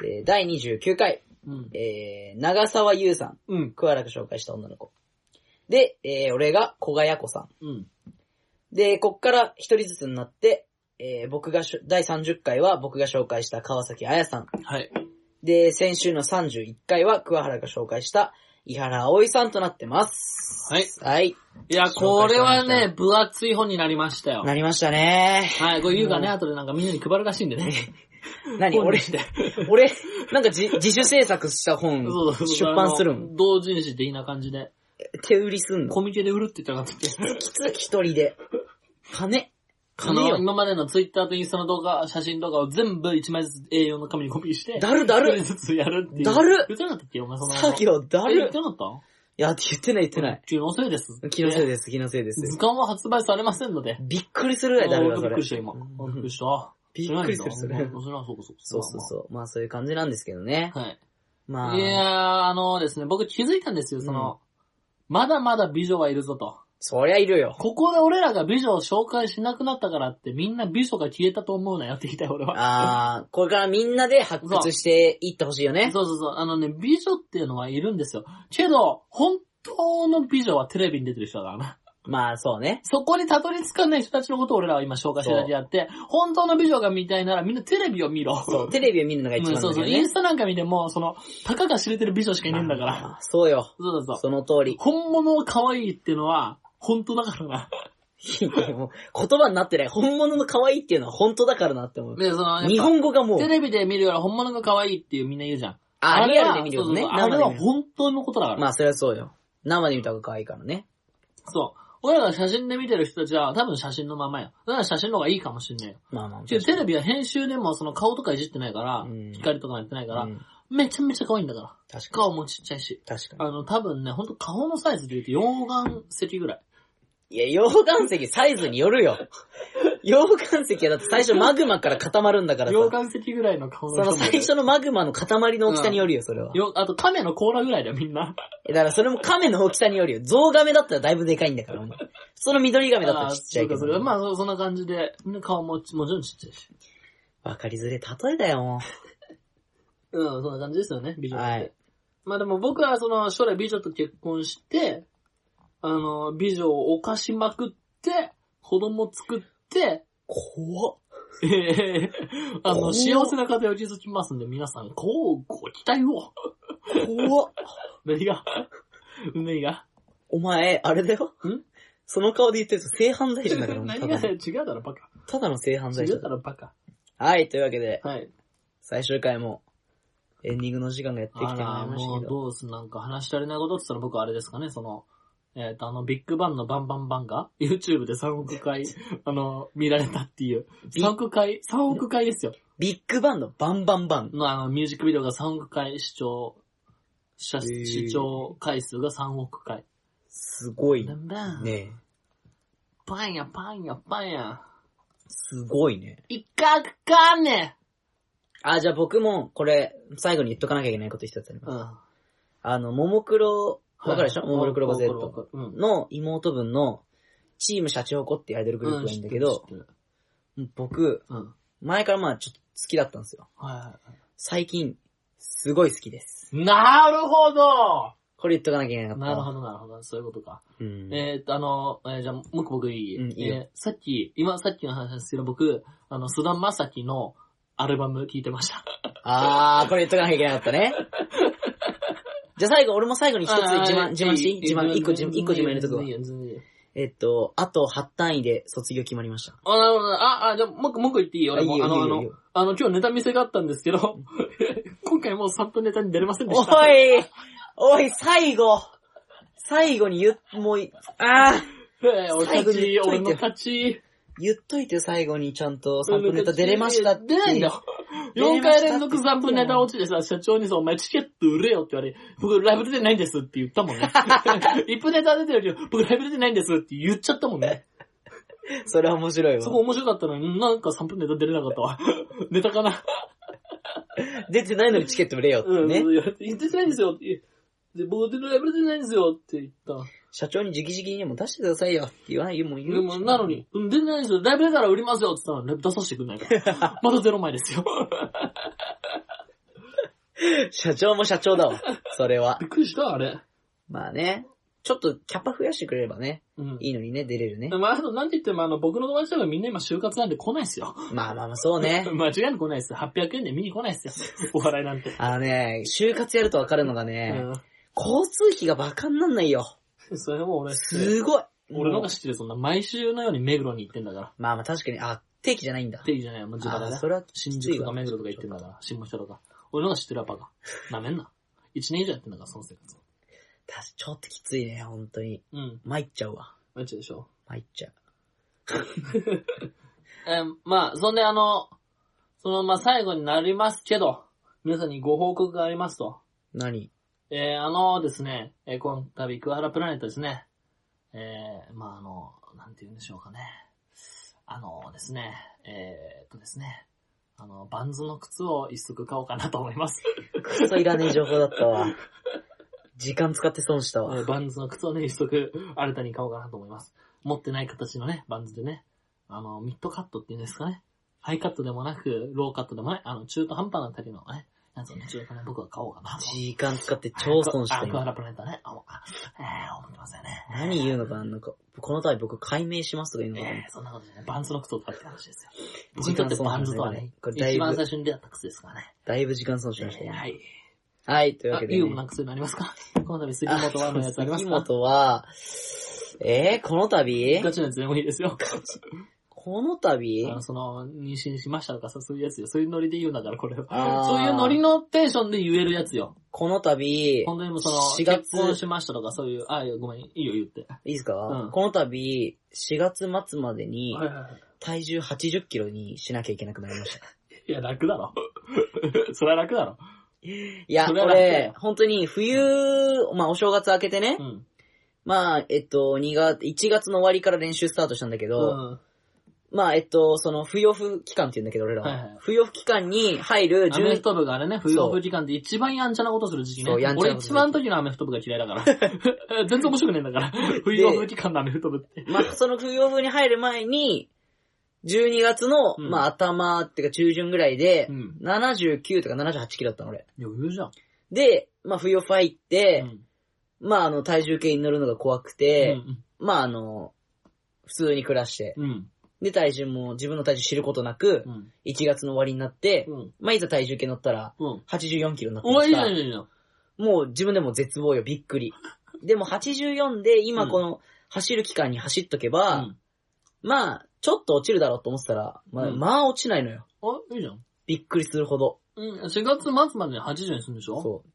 で、だいにじゅうきゅうかい。うん、えー、長沢優さん。 うん。 桑原が紹介した女の子。で、えー、俺が小賀谷子さん。うん。 で、こっから一人ずつになって、えー、僕がし、だいさんじゅっかいは僕が紹介した川崎彩さん。 はい。 で、先週のさんじゅういっかいは桑原が紹介した伊原葵さんとなってます。 はい。 はい。 いや、これはね、分厚い本になりましたよ。 なりましたね。 はい、これ言うかね、後でなんかみんなに配るらしいんでね。 何俺、俺、なんか自自主制作した本、そうそうそう出版するん同人誌的な感じで。 手売りすんのコミケで売るって言ったらかって。 きつきつ一人で。金。 あの、今までのツイッターとインスタの動画、写真動画を全部いちまいずつ エーよん の紙にコピーして、 だるだる一人ずつやるっていう。 だる言ってなかったっけお前その。 作業だる言ってなかったいや、言ってない言ってない。 気のせいです。 気のせいです、気のせいです。 図鑑は発売されませんので。 びっくりするぐらいだるがそれ。 びっくりした今。びっくりした。 びっくりする、それ。 そうそうそうそう。まあそういう感じなんですけどね。 はい。 まあ。 いやー、あのですね、僕気づいたんですよ、その、まだまだ美女はいるぞと。 そりゃいるよ。 ここで俺らが美女を紹介しなくなったからってみんな美女が消えたと思うなよって言いたい俺は。 ああ、これからみんなで発掘していってほしいよね。 そうそうそう。あのね、美女っていうのはいるんですよ。けど、本当の美女はテレビに出てる人だからな。 まあそうね。 そこにたどり着かない人たちのことを俺らは今紹介してるだけやって、本当の美女が見たいならみんなテレビを見ろ。 そう、テレビを見るのが一番だよね。 うん、そうそう。インスタなんか見ても、その、たかが知れてる美女しかいねえんだから。まあ、 そうよ。 そうそうそう。 その通り。 本物は可愛いっていうのは、本当だからな。 もう言葉になってない。本物の可愛いっていうのは本当だからなって思う。でその日本語がもう。 テレビで見るより本物が可愛いっていうみんな言うじゃん。 あ、リアルで見るよね。 あれは本当のことだから。 まあそれはそうよ。生で見た方が可愛いからね。 そう。俺らが写真で見てる人たちは多分写真のままよ。だから写真の方がいいかもしんないよ。まあまあ。テレビは編集でもその顔とかいじってないから、うん、光とかもやってないから、うん、めちゃめちゃ可愛いんだから。確かに。顔もちっちゃいし。確かに。あの、多分ね、ほんと顔のサイズで言うと溶岩石ぐらい。 いや、溶岩石サイズによるよ。溶岩石はだって最初マグマから固まるんだからさ。 溶岩石ぐらいの顔のその最初のマグマの塊の大きさによるよ、それは。 よ、あと亀の甲羅ぐらいだよ、みんな。 だからそれも亀の大きさによるよ。ゾウガメだったらだいぶでかいんだから。その緑ガメだったらちっちゃいけど。 そうかそうか。まあそんな感じで、顔ももちろんちっちゃいし。 わかりづれえ例えだよ、もう。うん、そんな感じですよね、美女って。はい。まあでも僕はその将来美女と結婚して、あの、美女を犯しまくって、子供作って、 怖っ。 ええー、あの、幸せな家庭を築きますんで、皆さん、こうご期待を。 怖っ。 何が何がお前、あれだよ。んその顔で言ってると性犯罪者だから。 何が違うだろ、バカ。 ただの性犯罪者。 違うだろ、バカ。 はい、というわけで、 はい。 最終回も、エンディングの時間がやってきてもらいましたけど。 もうどうすなんか話し足りないことって言ったら僕あれですかね、その、えっ、ー、と、あの、ビッグバンのバンバンバンが YouTube でさんおくかい、あの、見られたっていう。さんおくかい、さんおくかいですよ。 ビッグバンのバンバンバンのあの、ミュージックビデオがさんおくかい視聴、視聴回数がさんおくかい。 すごい。ねえ。 パンや、パンや、パンや。 すごいね。 いかくかんねあ、じゃあ僕も、これ、最後に言っとかなきゃいけないこと一つあります。うん。あの、ももクロ、わかるでしょ、はい、ももクロバ Z の妹分の、チームシャチホコってアイドルグループがいいんだけど、うん、僕、うん、前からまあちょっと好きだったんですよ。はいはいはい、最近、すごい好きです。 なるほどこれ言っとかなきゃいけなかった。 なるほど、なるほど。そういうことか。うん、えーっと、あの、えー、じゃあ、もう一個僕いい、うん、いいえー、さっき、今さっきの話ですけど、僕、あの、菅田将暉のアルバム聴いてました。 あー、これ言っとかなきゃいけなかったね。じゃあ最後、俺も最後に一つ自慢、自慢し自慢、一個自慢、一個自慢入れとくわ。えっと、あとはち単位で卒業決まりました。 あ、なるほど。あ、あ、じゃあ、もう一個、もう一個言っていいよ。俺も、あの、あの、あの、今日ネタ見せがあったんですけど、今回もうさんぷんネタに出れませんでした。 おいおい、最後最後に言っ、もう、あーえー、俺勝ち、俺の勝ち。 言っといて最後にちゃんとさんぷんネタ出れましたって。 出ないんだよ。よんかい連続さんぷんネタ落ちでさ、社長にさ、お前チケット売れよって言われ、僕ライブ出てないんですって言ったもんね。いっぷんネタ出てるけど、僕ライブ出てないんですって言っちゃったもんね。 それは面白いわ。 そこ面白かったのに、なんかさんぷんネタ出れなかったわ。ネタかな。 出てないのにチケット売れよってね。 うん、出てないんですよって。で、僕ライブ出てないんですよって言った。 社長に直々にも出してくださいよって言わないよ、もう言う。でも、なのに、うん、出てないんですよ。ライブ出たら売りますよって言ったら、ライブ出させてくんないから。まだゼロ枚ですよ。 社長も社長だわ。それは。 びっくりした、あれ。 まあね。ちょっとキャパ増やしてくれればね。うん、いいのにね、出れるね。 まあ、あと、なんて言っても、あの、僕の友達とかみんな今就活なんで来ないっすよ。 まあまあまあ、そうね。 間違いなく来ないっす。はっぴゃくえんで見に来ないっすよ。お笑いなんて。 あのね、就活やるとわかるのがね、うん、交通費がバカになんないよ。 それも俺、 すごい。 俺のが知ってる、そんな毎週のように目黒に行ってんだから。 まあまあ確かに、あ、定期じゃないんだ。 定期じゃないよ、もう自腹で。 それは新宿とか目黒とか行ってんだから、新橋とか。俺のが知ってるわ、バカ。なめんな。一年以上やってんだから、その生活。 たし、ちょっときついね、ほんとに。うん。参っちゃうわ。 参っちゃうでしょ。 参っちゃう。 えー、まあ、そんであの、その、まあ、最後になりますけど、皆さんにご報告がありますと。 何？ えー、あのですね、えー、今度、桑原プラネットですね。えー、まあ、あの、なんて言うんでしょうかね。あのですね、えー、っとですね、あの、バンズの靴を一足買おうかなと思います。 クソいらねえ情報だったわ。時間使って損したわ。 えー、バンズの靴をね、一足新たに買おうかなと思います。持ってない形のね、バンズでね、あの、ミッドカットっていうんですかね。ハイカットでもなく、ローカットでもない、あの、中途半端なタリのね、やつをね、中途ね、僕は買おうかなと。 時間使って超損したよ。あ、 よ。 桑原プラネットね、あ、えー、思ってますよね。 何言うのかなんか、この度僕解明しますとか言うのかな。 えー、そんなことね、バンズの靴を買って話ですよ。僕にとってバンズとはね、一番最初に出会った靴ですからね。 だいぶ時間損しましたね。 えー、はい。 はい、というわけで、ね。 ユーもなんかそういうのありますか？この度杉本はのやつありますか？ 杉本は、えー、この度ガチのやつでもいいですよ。 この度あの、その、妊娠しましたとかさ、そういうやつよ。そういうノリで言うんだから、これは。そういうノリのテンションで言えるやつよ。 この度、 本当にもうその、しがつ結婚しましたとか、そういう、あ、ごめん、いいよ言って。 いいですか、 うん、 この度、しがつ末までに、 はいはいはい、 体重はちじゅっキロにしなきゃいけなくなりました。 いや、楽だろ。それは楽だろ。 いや、俺、本当に冬、まあお正月明けてね、うん、まあ、えっと、にがつ、いちがつの終わりから練習スタートしたんだけど、うん、まあ、えっと、その、不要不期間って言うんだけど、俺らは。はいはい、不要不期間に入る、 アメフト部があれね、不要不期間って一番やんちゃなことする時期ね。そう、やんちゃなこと。俺一番時のアメフト部が嫌いだから。全然面白くねえんだから。不要不期間のアメフト部って。 まあ、その不要不に入る前に、じゅうにがつの、うん、まあ、頭っていうか中旬ぐらいで、うん、ななじゅうきゅうとかななじゅうはちキロだったの、俺。 余裕じゃん。 で、まあ、不要不入って、うん、まあ、あの、体重計に乗るのが怖くて、うんうん、まあ、あの、普通に暮らして、うんで、体重も自分の体重知ることなく、うん、いちがつの終わりになって、うん、まあ、いざ体重計乗ったら、はちじゅうよんキロになってました。 おいいじゃんいいじゃん。 もう自分でも絶望よ、びっくり。でもはちじゅうよんで今この走る期間に走っとけば、うん、まあ、ちょっと落ちるだろうと思ってたら、まあ、うん、まあ落ちないのよ。 あ、いいじゃん。びっくりするほど。 うん、しがつ末までにはちじゅうにするんでしょ？ そう。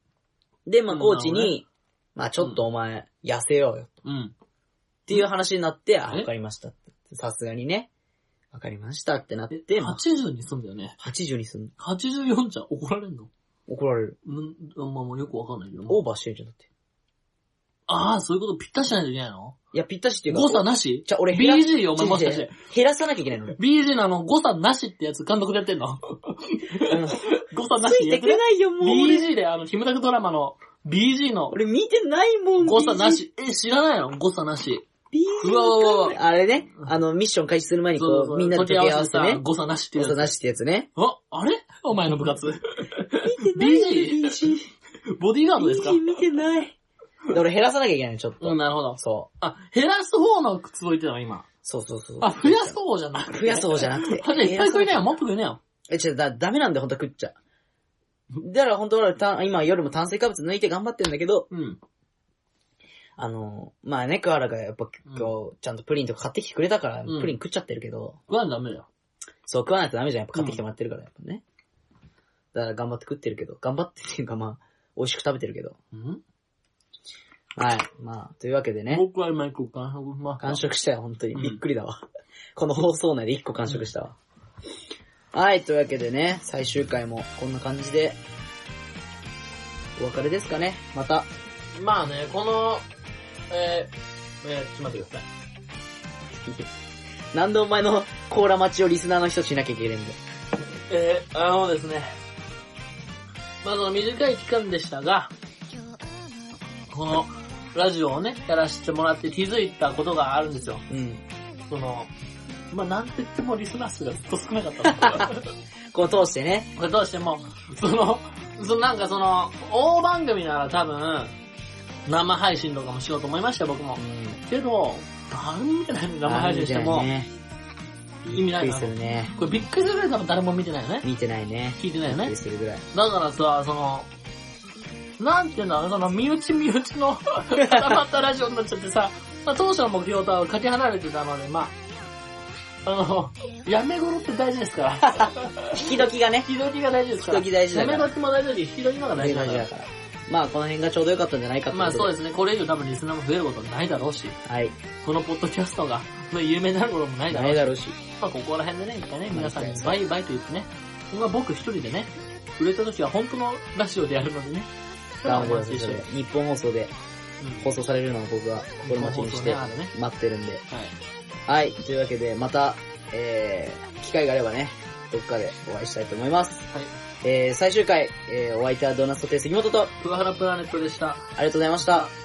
で、まあ、コーチに、ね、まあ、ちょっとお前、痩せようよ。うん。っていう話になって、あ、わかりました。さすがにね。わかりましたってなって。 はちじゅうにすんだよね。 はちじゅうにすん。 はちじゅうよんじゃ怒られんの？ 怒られる。 ん、まあもうよくわかんないけど。 オーバーしてんじゃんだって。 ああ、そういうことぴったしないといけないの？ いや、ぴったしっていうか。 誤差なし？ じゃ、俺、 ビージー お前もしかして。 減らさなきゃいけないの俺。 ビージー のあの、誤差なしってやつ監督でやってんの？誤差なしついてくれないよ、もう。 ビージー であの、キムタクドラマの ビージー の。 俺見てないもん。 誤差なし。え、知らないの？誤差なし。 うわうわうわ。あれね、あの、ミッション開始する前にこう、そうそうみんなで掛け合わせてね。 誤差なしってやつ。 誤差なしってやつね。 あ、あれお前の部活。 見てないよ、ビージー。 ボディーガードですか？ ビージー 見てない。俺減らさなきゃいけないちょっと。 うん、なるほど。 そう。 あ、減らす方の靴を言ってたの今。 そうそうそう。 あ、増やす方じゃなくて。 増やす方じゃなくて。 じゃあいっぱい食いなよ、もっと食いなよ。 え、ちょ、だ、ダメなんだよ、ほんと食っちゃ。だからほんと俺、今夜も炭水化物抜いて頑張ってるんだけど、うん。あの、まあね、クアラがやっぱ今日、ちゃんとプリンとか買ってきてくれたから、うん、プリン食っちゃってるけど。 食わないとダメだよ。 そう、食わないとダメじゃん。やっぱ買ってきてもらってるから、やっぱね。だから頑張って食ってるけど、頑張ってっていうかまあ、美味しく食べてるけど。うん、はい。まあ、というわけでね。 僕は今一個完食、まあ、 完食したよ、本当に。びっくりだわ。うん、この放送内で一個完食したわ。うん、はい、というわけでね、最終回もこんな感じで、お別れですかね、また。 まあね、この、えー、えー、ちょっと待ってください。なんでお前のコーラ待ちをリスナーの人しなきゃいけないんだよ。 えー、あのですね。まあその短い期間でしたが、このラジオをね、やらせてもらって気づいたことがあるんですよ。うん。その、まあなんて言ってもリスナー数がずっと少なかったんですよ。 こう通してね。 これ通しても、その、そのなんかその、大番組なら多分、生配信とかもしようと思いました僕も。うん、けど、誰も見てないの生配信しても。ね、意味ないな。びっくりするね。これびっくりするぐらい多分誰も見てないよね。 見てないね。 聞いてないよね。 びっくりするぐらい。 だからさ、その、なんていうんだろう、その身内身内の固まったラジオになっちゃってさ、まあ、当初の目標とはかけ離れてたので、まあ、あの、やめ頃って大事ですから。 引き時がね。 引き時が大事ですから。 引き時大事だから。 やめ時も大事だけど、引き時の方が大事だから。 まあこの辺がちょうど良かったんじゃないかってまあことで。 そうですね。これ以上多分リスナーも増えることないだろうし、 はい。 このポッドキャストが、まあ有名になることもないだろうし、 ないだろうし。 まあここら辺でね、一回ね、皆さんにバイバイと言ってね、今僕一人でね、売れた時は本当のラジオでやるのでね、 頑張お待ちしてってください。日本放送でうん放送されるのを僕が心待ちにして日本放送ねあるね待ってるんで。 はい。 はい。というわけで、また、えー、機会があればね、どっかでお会いしたいと思います。 はい。 えー、最終回、えー、お相手はドーナツソテー杉本と、 桑原プラネットでした。 ありがとうございました。